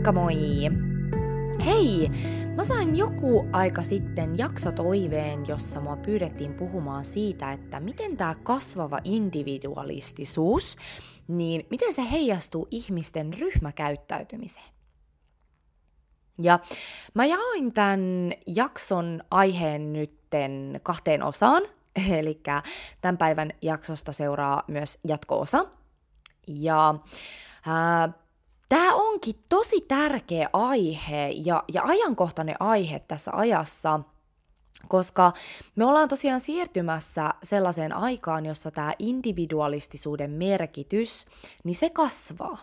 Moikka moi! Hei! Mä sain joku aika sitten jaksotoiveen, jossa mua pyydettiin puhumaan siitä, että miten tää kasvava individualistisuus, niin miten se heijastuu ihmisten ryhmäkäyttäytymiseen. Ja mä jaoin tämän jakson aiheen nytten 2 osaan, eli tämän päivän jaksosta seuraa myös jatko-osa. Ja tämä onkin tosi tärkeä aihe ja ajankohtainen aihe tässä ajassa, koska me ollaan tosiaan siirtymässä sellaiseen aikaan, jossa tämä individualistisuuden merkitys, niin se kasvaa.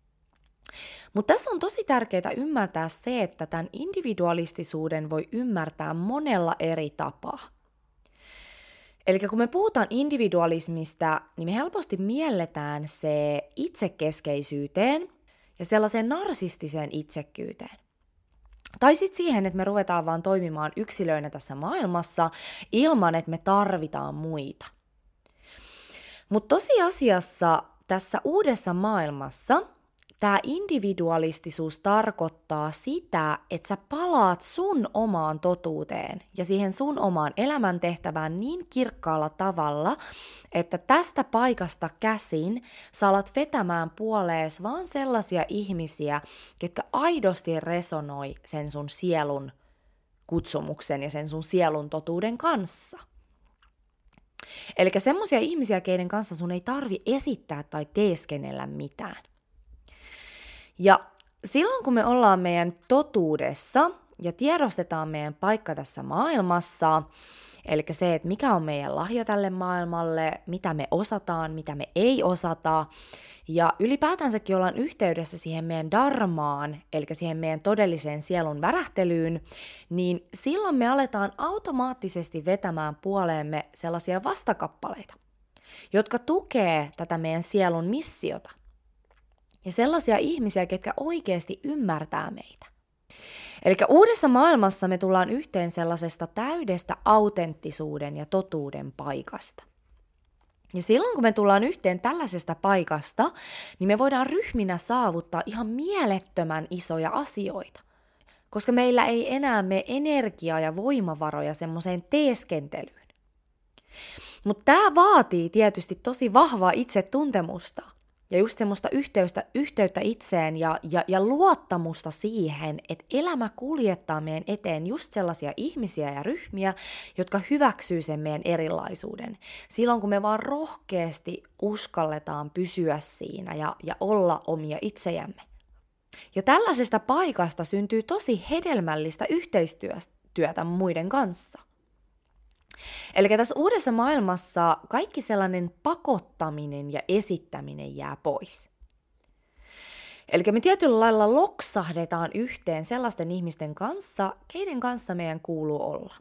Mutta tässä on tosi tärkeää ymmärtää se, että tämän individualistisuuden voi ymmärtää monella eri tapaa. Eli kun me puhutaan individualismista, niin me helposti mielletään se itsekeskeisyyteen ja sellaiseen narsistiseen itsekkyyteen. Tai sitten siihen, että me ruvetaan vaan toimimaan yksilöinä tässä maailmassa ilman, että me tarvitaan muita. Mutta tosiasiassa tässä uudessa maailmassa tämä individualistisuus tarkoittaa sitä, että sä palaat sun omaan totuuteen ja siihen sun omaan elämäntehtävään niin kirkkaalla tavalla, että tästä paikasta käsin sä alat vetämään puolees vaan sellaisia ihmisiä, ketkä aidosti resonoi sen sun sielun kutsumuksen ja sen sun sielun totuuden kanssa. Eli semmoisia ihmisiä, keiden kanssa sun ei tarvi esittää tai teeskennellä mitään. Ja silloin kun me ollaan meidän totuudessa ja tiedostetaan meidän paikka tässä maailmassa, eli se, että mikä on meidän lahja tälle maailmalle, mitä me osataan, mitä me ei osata, ja ylipäätänsäkin ollaan yhteydessä siihen meidän dharmaan, eli siihen meidän todelliseen sielun värähtelyyn, niin silloin me aletaan automaattisesti vetämään puoleemme sellaisia vastakappaleita, jotka tukee tätä meidän sielun missiota. Ja sellaisia ihmisiä, ketkä oikeasti ymmärtää meitä. Eli uudessa maailmassa me tullaan yhteen sellaisesta täydestä autenttisuuden ja totuuden paikasta. Ja silloin kun me tullaan yhteen tällaisesta paikasta, niin me voidaan ryhminä saavuttaa ihan mielettömän isoja asioita. Koska meillä ei enää mene energiaa ja voimavaroja semmoiseen teeskentelyyn. Mutta tämä vaatii tietysti tosi vahvaa itsetuntemusta. Ja just semmoista yhteyttä itseen ja luottamusta siihen, että elämä kuljettaa meidän eteen just sellaisia ihmisiä ja ryhmiä, jotka hyväksyy sen meidän erilaisuuden. Silloin kun me vaan rohkeasti uskalletaan pysyä siinä ja olla omia itsejämme. Ja tällaisesta paikasta syntyy tosi hedelmällistä yhteistyötä muiden kanssa. Eli tässä uudessa maailmassa kaikki sellainen pakottaminen ja esittäminen jää pois. Eli me tietyllä lailla loksahdetaan yhteen sellaisten ihmisten kanssa, keiden kanssa meidän kuuluu olla.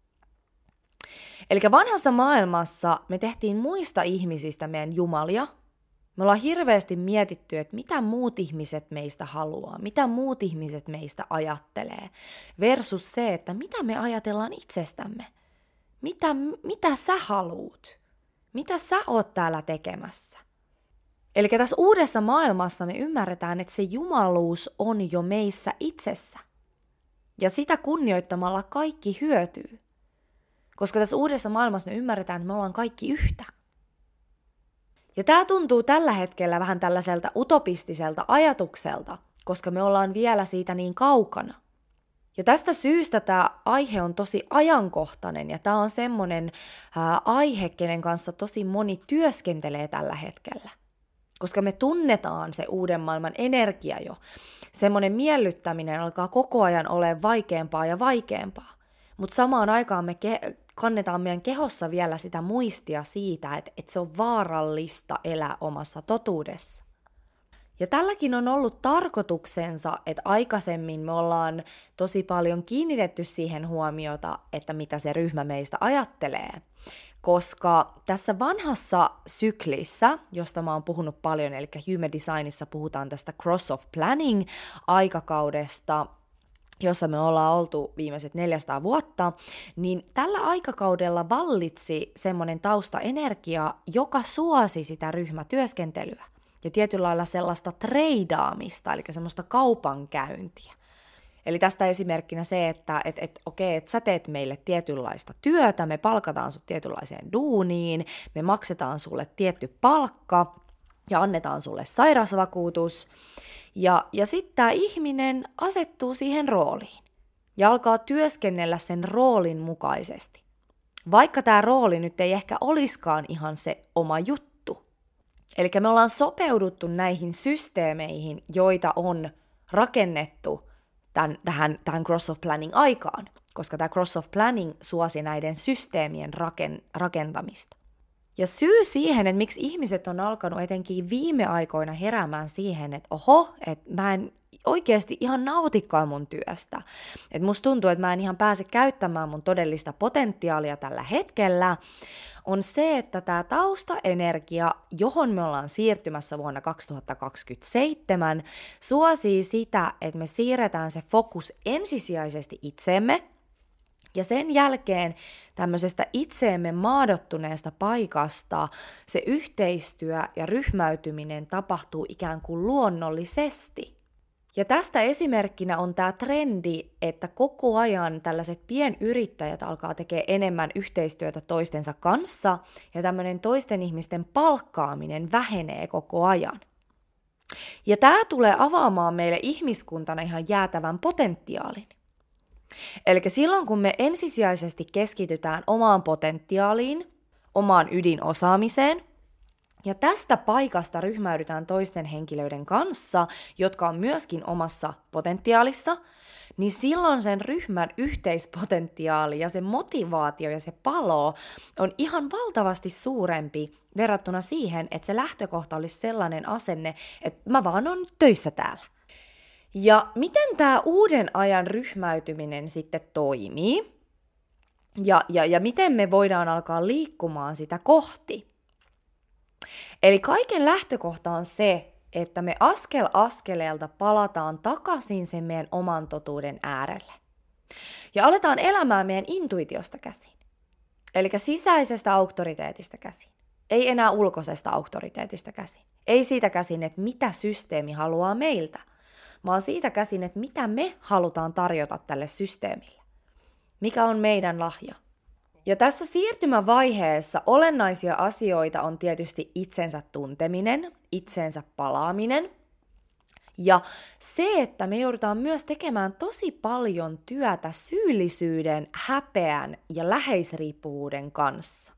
Eli vanhassa maailmassa me tehtiin muista ihmisistä meidän jumalia. Me ollaan hirveästi mietitty, että mitä muut ihmiset meistä haluaa, mitä muut ihmiset meistä ajattelee, versus se, että mitä me ajatellaan itsestämme. Mitä sä haluut? Mitä sä oot täällä tekemässä? Eli tässä uudessa maailmassa me ymmärretään, että se jumaluus on jo meissä itsessä. Ja sitä kunnioittamalla kaikki hyötyy. Koska tässä uudessa maailmassa me ymmärretään, että me ollaan kaikki yhtä. Ja tämä tuntuu tällä hetkellä vähän tällaiselta utopistiselta ajatukselta, koska me ollaan vielä siitä niin kaukana. Ja tästä syystä tämä aihe on tosi ajankohtainen ja tämä on semmoinen aihe, kenen kanssa tosi moni työskentelee tällä hetkellä. Koska me tunnetaan se uuden maailman energia jo. Semmoinen miellyttäminen alkaa koko ajan olemaan vaikeampaa ja vaikeampaa. Mutta samaan aikaan me kannetaan meidän kehossa vielä sitä muistia siitä, että se on vaarallista elää omassa totuudessa. Ja tälläkin on ollut tarkoituksensa, että aikaisemmin me ollaan tosi paljon kiinnitetty siihen huomiota, että mitä se ryhmä meistä ajattelee. Koska tässä vanhassa syklissä, josta mä oon puhunut paljon, eli Human Designissa puhutaan tästä Cross of Planning aikakaudesta, jossa me ollaan oltu viimeiset 400 vuotta, niin tällä aikakaudella vallitsi semmoinen taustaenergia, joka suosi sitä ryhmätyöskentelyä. ja tietyllä lailla sellaista treidaamista, eli semmoista kaupankäyntiä. Eli tästä esimerkkinä se, että okei, että sä teet meille tietynlaista työtä, me palkataan sut tietynlaiseen duuniin, me maksetaan sulle tietty palkka ja annetaan sulle sairausvakuutus. Ja sitten tämä ihminen asettuu siihen rooliin ja alkaa työskennellä sen roolin mukaisesti. Vaikka tämä rooli nyt ei ehkä olisikaan ihan se oma juttu. Eli me ollaan sopeuduttu näihin systeemeihin, joita on rakennettu tähän Cross of Planning aikaan, koska tämä Cross of Planning suosi näiden systeemien rakentamista. Ja syy siihen, että miksi ihmiset on alkanut etenkin viime aikoina heräämään siihen, että että mä en oikeasti ihan nautikaan mun työstä. Että musta tuntuu, että mä en ihan pääse käyttämään mun todellista potentiaalia tällä hetkellä, on se, että tämä taustaenergia, johon me ollaan siirtymässä vuonna 2027, suosii sitä, että me siirretään se fokus ensisijaisesti itseemme, ja sen jälkeen tämmöisestä itseemme maadottuneesta paikasta se yhteistyö ja ryhmäytyminen tapahtuu ikään kuin luonnollisesti. Ja tästä esimerkkinä on tämä trendi, että koko ajan tällaiset pienyrittäjät alkaa tekemään enemmän yhteistyötä toistensa kanssa, ja tämmöinen toisten ihmisten palkkaaminen vähenee koko ajan. Ja tämä tulee avaamaan meille ihmiskuntana ihan jäätävän potentiaalin. Eli silloin, kun me ensisijaisesti keskitytään omaan potentiaaliin, omaan ydinosaamiseen, ja tästä paikasta ryhmäydytään toisten henkilöiden kanssa, jotka on myöskin omassa potentiaalissa, niin silloin sen ryhmän yhteispotentiaali ja se motivaatio ja se palo on ihan valtavasti suurempi verrattuna siihen, että se lähtökohta olisi sellainen asenne, että mä vaan on töissä täällä. Ja miten tämä uuden ajan ryhmäytyminen sitten toimii ja miten me voidaan alkaa liikkumaan sitä kohti? Eli kaiken lähtökohta on se, että me askel askeleelta palataan takaisin sen meidän oman totuuden äärelle. Ja aletaan elämään meidän intuitiosta käsin. Eli sisäisestä auktoriteetista käsin. Ei enää ulkoisesta auktoriteetista käsin. Ei siitä käsin, että mitä systeemi haluaa meiltä, vaan siitä käsin, että mitä me halutaan tarjota tälle systeemille. Mikä on meidän lahja. Ja tässä siirtymävaiheessa olennaisia asioita on tietysti itsensä tunteminen, itsensä palaaminen. Ja se, että me joudutaan myös tekemään tosi paljon työtä syyllisyyden, häpeän ja läheisriippuvuuden kanssa.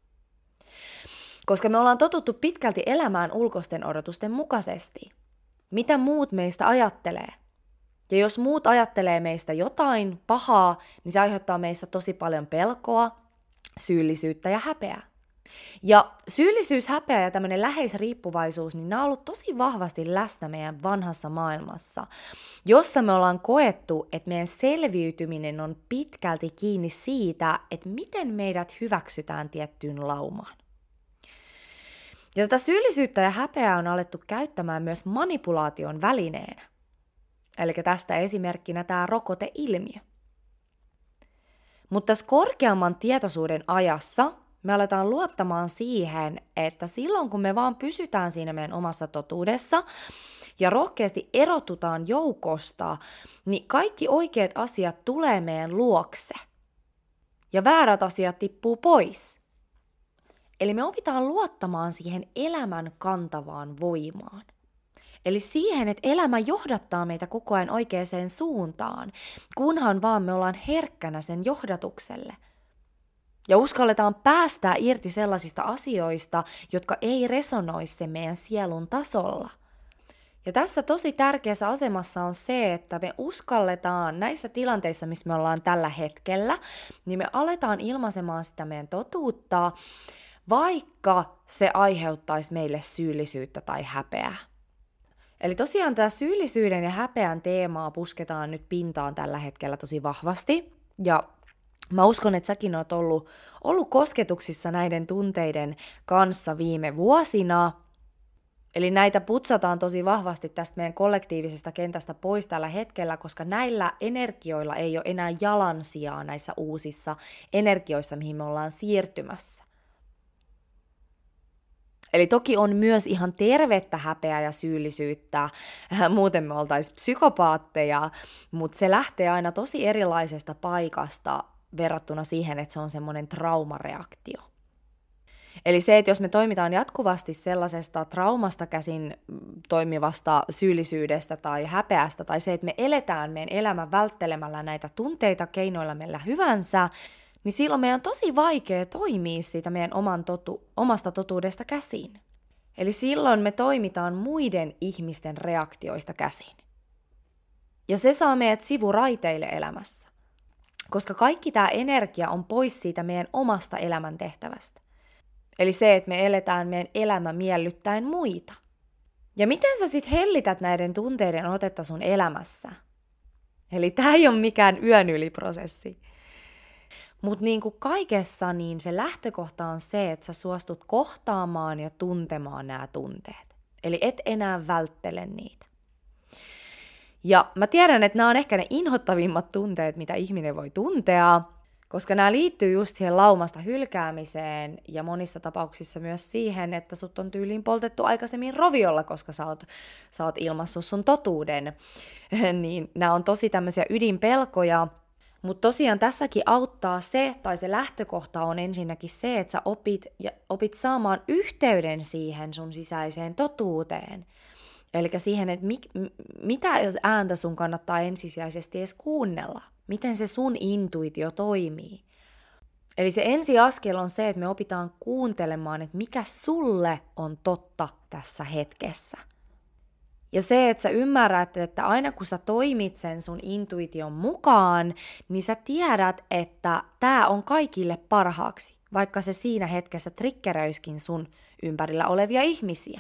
Koska me ollaan totuttu pitkälti elämään ulkoisten odotusten mukaisesti. Mitä muut meistä ajattelee? Ja jos muut ajattelee meistä jotain pahaa, niin se aiheuttaa meissä tosi paljon pelkoa, syyllisyyttä ja häpeää. Ja syyllisyys, häpeä ja tämmöinen läheisriippuvaisuus, niin nämä on ollut tosi vahvasti läsnä meidän vanhassa maailmassa, jossa me ollaan koettu, että meidän selviytyminen on pitkälti kiinni siitä, että miten meidät hyväksytään tiettyyn laumaan. Ja tätä syyllisyyttä ja häpeää on alettu käyttämään myös manipulaation välineenä. Eli tästä esimerkkinä tämä rokoteilmiö. Mutta tässä korkeamman tietoisuuden ajassa me aletaan luottamaan siihen, että silloin kun me vaan pysytään siinä meidän omassa totuudessa ja rohkeasti erotutaan joukosta, niin kaikki oikeat asiat tulee meidän luokse ja väärät asiat tippuu pois. Eli me opitaan luottamaan siihen elämän kantavaan voimaan. Eli siihen, että elämä johdattaa meitä koko ajan oikeaan suuntaan, kunhan vaan me ollaan herkkänä sen johdatukselle. Ja uskalletaan päästää irti sellaisista asioista, jotka ei resonoi sen meidän sielun tasolla. Ja tässä tosi tärkeässä asemassa on se, että me uskalletaan näissä tilanteissa, missä me ollaan tällä hetkellä, niin me aletaan ilmaisemaan sitä meidän totuutta, vaikka se aiheuttaisi meille syyllisyyttä tai häpeää. Eli tosiaan tämä syyllisyyden ja häpeän teemaa pusketaan nyt pintaan tällä hetkellä tosi vahvasti. Ja mä uskon, että säkin oot ollut kosketuksissa näiden tunteiden kanssa viime vuosina. Eli näitä putsataan tosi vahvasti tästä meidän kollektiivisesta kentästä pois tällä hetkellä, koska näillä energioilla ei ole enää jalansijaa näissä uusissa energioissa, mihin me ollaan siirtymässä. Eli toki on myös ihan tervettä häpeää ja syyllisyyttä, muuten me oltaisiin psykopaatteja, mutta se lähtee aina tosi erilaisesta paikasta verrattuna siihen, että se on semmoinen traumareaktio. Eli se, että jos me toimitaan jatkuvasti sellaisesta traumasta käsin toimivasta syyllisyydestä tai häpeästä, tai se, että me eletään meidän elämän välttelemällä näitä tunteita keinoilla meillä hyvänsä, niin silloin meidän on tosi vaikea toimia siitä meidän omasta totuudesta käsin. Eli silloin me toimitaan muiden ihmisten reaktioista käsin. Ja se saa meidät sivuraiteille elämässä, koska kaikki tämä energia on pois siitä meidän omasta elämäntehtävästä. Eli se, että me eletään meidän elämä miellyttäen muita. Ja miten sä sit hellität näiden tunteiden otetta sun elämässä? Eli tää ei ole mikään yön yli prosessi. Mutta niin kuin kaikessa, niin se lähtökohta on se, että sä suostut kohtaamaan ja tuntemaan nämä tunteet. Eli et enää välttele niitä. Ja mä tiedän, että nämä on ehkä ne inhottavimmat tunteet, mitä ihminen voi tuntea, koska nämä liittyy just siihen laumasta hylkäämiseen ja monissa tapauksissa myös siihen, että sut on tyyliin poltettu aikaisemmin roviolla, koska sä oot ilmaissut sun totuuden. Niin nämä on tosi tämmöisiä ydinpelkoja, mutta tosiaan tässäkin auttaa se, tai se lähtökohta on ensinnäkin se, että sä opit saamaan yhteyden siihen sun sisäiseen totuuteen. Eli siihen, että mitä ääntä sun kannattaa ensisijaisesti edes kuunnella. Miten se sun intuitio toimii. Eli se ensiaskel on se, että me opitaan kuuntelemaan, että mikä sulle on totta tässä hetkessä. Ja se, että sä ymmärrät, että aina kun sä toimit sen sun intuition mukaan, niin sä tiedät, että tää on kaikille parhaaksi, vaikka se siinä hetkessä triggeröiskin sun ympärillä olevia ihmisiä.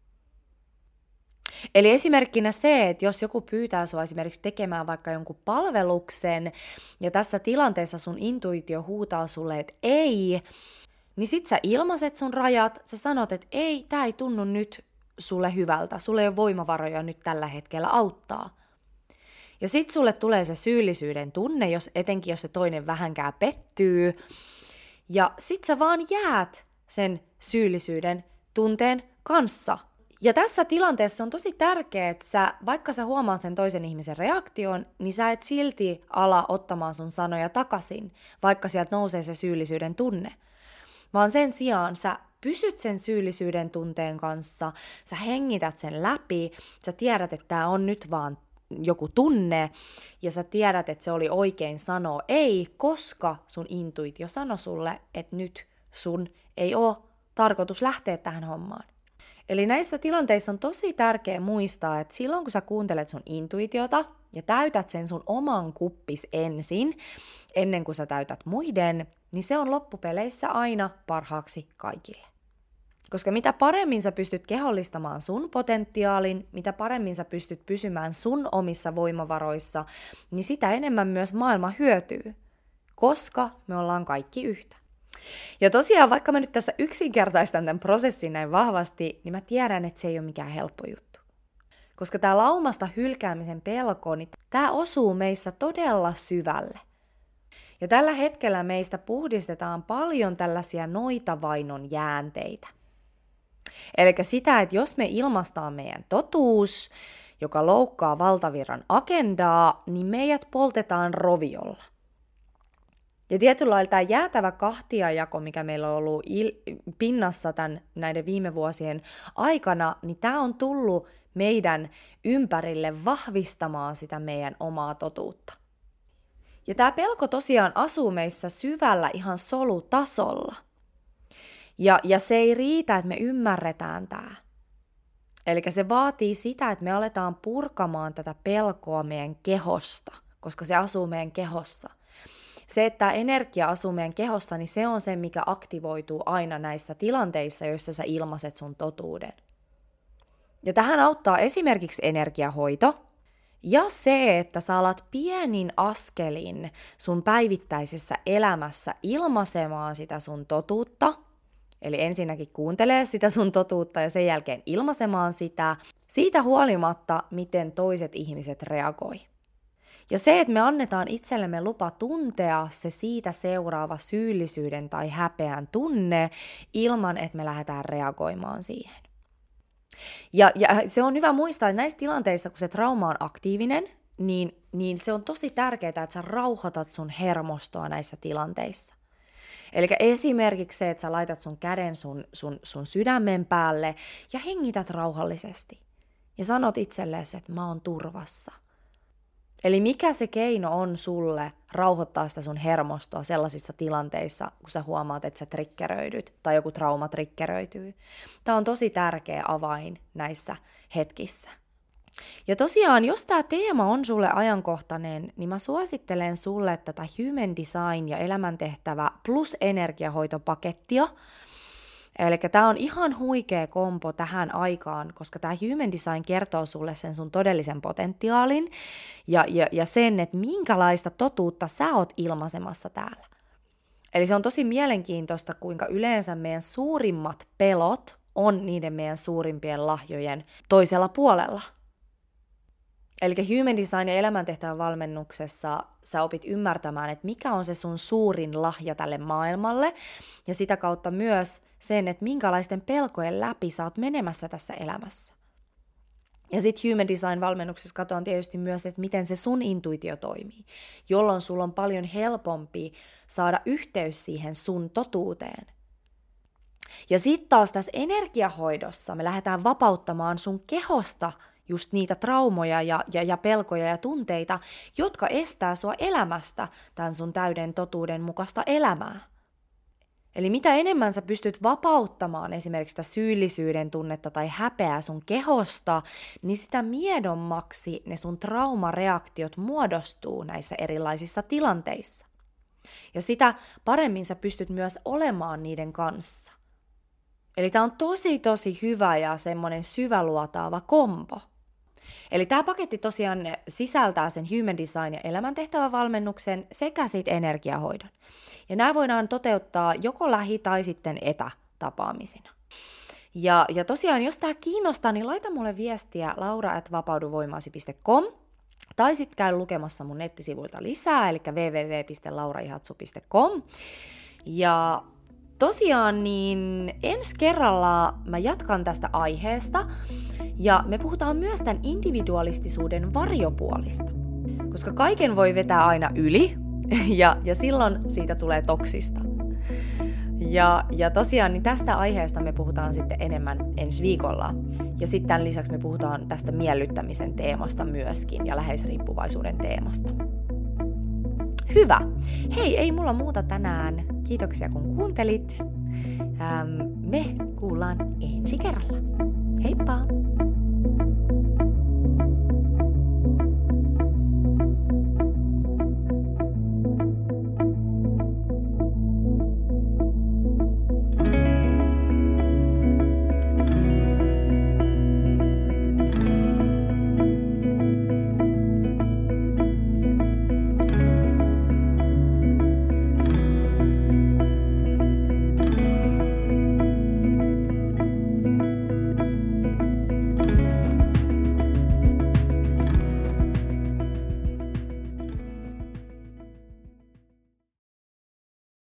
Eli esimerkkinä se, että jos joku pyytää sua esimerkiksi tekemään vaikka jonkun palveluksen, ja tässä tilanteessa sun intuitio huutaa sulle, että ei, niin sit sä ilmaiset sun rajat, sä sanot, että ei, tää ei tunnu nyt sulle hyvältä, sulle ei ole voimavaroja nyt tällä hetkellä auttaa. Ja sit sulle tulee se syyllisyyden tunne, etenkin jos se toinen vähänkään pettyy, ja sit sä vaan jäät sen syyllisyyden tunteen kanssa. Ja tässä tilanteessa on tosi tärkeää, että vaikka sä huomaat sen toisen ihmisen reaktion, niin sä et silti ala ottamaan sun sanoja takaisin, vaikka sieltä nousee se syyllisyyden tunne. Vaan sen sijaan sä pysyt sen syyllisyyden tunteen kanssa, sä hengität sen läpi, sä tiedät, että tää on nyt vaan joku tunne, ja sä tiedät, että se oli oikein sanoa ei, koska sun intuitio sanoi sulle, että nyt sun ei ole tarkoitus lähteä tähän hommaan. Eli näissä tilanteissa on tosi tärkeää muistaa, että silloin kun sä kuuntelet sun intuitiota ja täytät sen sun oman kuppis ensin, ennen kuin sä täytät muiden, niin se on loppupeleissä aina parhaaksi kaikille. Koska mitä paremmin sä pystyt kehollistamaan sun potentiaalin, mitä paremmin sä pystyt pysymään sun omissa voimavaroissa, niin sitä enemmän myös maailma hyötyy, koska me ollaan kaikki yhtä. Ja tosiaan, vaikka mä nyt tässä yksinkertaistan tämän prosessin näin vahvasti, niin mä tiedän, että se ei ole mikään helppo juttu. Koska tämä laumasta hylkäämisen pelko, niin tämä osuu meissä todella syvälle. Ja tällä hetkellä meistä puhdistetaan paljon tällaisia noitavainon jäänteitä. Eli sitä, että jos me ilmaistaan meidän totuus, joka loukkaa valtavirran agendaa, niin meidät poltetaan roviolla. Ja tietyllä lailla tämä jäätävä kahtiajako, mikä meillä on ollut pinnassa näiden viime vuosien aikana, niin tämä on tullut meidän ympärille vahvistamaan sitä meidän omaa totuutta. Ja tämä pelko tosiaan asuu meissä syvällä ihan solutasolla. Ja se ei riitä, että me ymmärretään tämä. Eli se vaatii sitä, että me aletaan purkamaan tätä pelkoa meidän kehosta, koska se asuu meidän kehossa. Se, että energia asuu meidän kehossa, niin se on se, mikä aktivoituu aina näissä tilanteissa, joissa sä ilmaiset sun totuuden. Ja tähän auttaa esimerkiksi energiahoito ja se, että sä alat pienin askelin sun päivittäisessä elämässä ilmaisemaan sitä sun totuutta. Eli ensinnäkin kuuntelee sitä sun totuutta ja sen jälkeen ilmaisemaan sitä, siitä huolimatta, miten toiset ihmiset reagoi. Ja se, että me annetaan itsellemme lupa tuntea se siitä seuraava syyllisyyden tai häpeän tunne ilman, että me lähdetään reagoimaan siihen. Ja se on hyvä muistaa, että näissä tilanteissa, kun se trauma on aktiivinen, niin se on tosi tärkeää, että sä rauhoitat sun hermostoa näissä tilanteissa. Eli esimerkiksi se, että sä laitat sun käden sun sydämen päälle ja hengität rauhallisesti. Ja sanot itsellesi, että mä oon turvassa. Eli mikä se keino on sulle rauhoittaa sitä sun hermostoa sellaisissa tilanteissa, kun sä huomaat, että sä triggeröidyt tai joku trauma triggeröityy. Tämä on tosi tärkeä avain näissä hetkissä. Ja tosiaan, jos tämä teema on sulle ajankohtainen, niin mä suosittelen sulle tätä Human Design ja elämäntehtävä plus energiahoitopakettia. Eli tämä on ihan huikea kompo tähän aikaan, koska tämä Human Design kertoo sulle sen sun todellisen potentiaalin ja sen, että minkälaista totuutta sä oot ilmaisemassa täällä. Eli se on tosi mielenkiintoista, kuinka yleensä meidän suurimmat pelot on niiden meidän suurimpien lahjojen toisella puolella. Eli Human Design ja elämäntehtävän valmennuksessa sä opit ymmärtämään, että mikä on se sun suurin lahja tälle maailmalle, ja sitä kautta myös sen, että minkälaisten pelkojen läpi sä oot menemässä tässä elämässä. Ja sitten Human Design valmennuksessa katsotaan tietysti myös, että miten se sun intuitio toimii, jolloin sulla on paljon helpompi saada yhteys siihen sun totuuteen. Ja sitten taas tässä energiahoidossa me lähdetään vapauttamaan sun kehosta just niitä traumoja ja pelkoja ja tunteita, jotka estää sua elämästä tämän sun täyden totuuden mukaista elämää. Eli mitä enemmän sä pystyt vapauttamaan esimerkiksi sitä syyllisyyden tunnetta tai häpeää sun kehosta, niin sitä miedommaksi ne sun traumareaktiot muodostuu näissä erilaisissa tilanteissa. Ja sitä paremmin sä pystyt myös olemaan niiden kanssa. Eli tää on tosi hyvä ja semmoinen syväluotaava kombo. Eli tämä paketti tosiaan sisältää sen Human Design ja elämäntehtävävalmennuksen sekä sitten energiahoidon. Ja nämä voidaan toteuttaa joko lähi- tai sitten etätapaamisina. Ja tosiaan, jos tämä kiinnostaa, niin laita mulle viestiä laura@vapauduvoimaasi.com tai sitten käy lukemassa mun nettisivuilta lisää, eli www.lauraihatsu.com. Ja tosiaan niin ensi kerralla mä jatkan tästä aiheesta ja me puhutaan myös tämän individualistisuuden varjopuolista, koska kaiken voi vetää aina yli ja silloin siitä tulee toksista. Ja tosiaan niin tästä aiheesta me puhutaan sitten enemmän ensi viikolla. Ja sitten tämän lisäksi me puhutaan tästä miellyttämisen teemasta myöskin ja läheisriippuvaisuuden teemasta. Hyvä. Hei, ei mulla muuta tänään. Kiitoksia kun kuuntelit. Me kuullaan ensi kerralla. Heippa!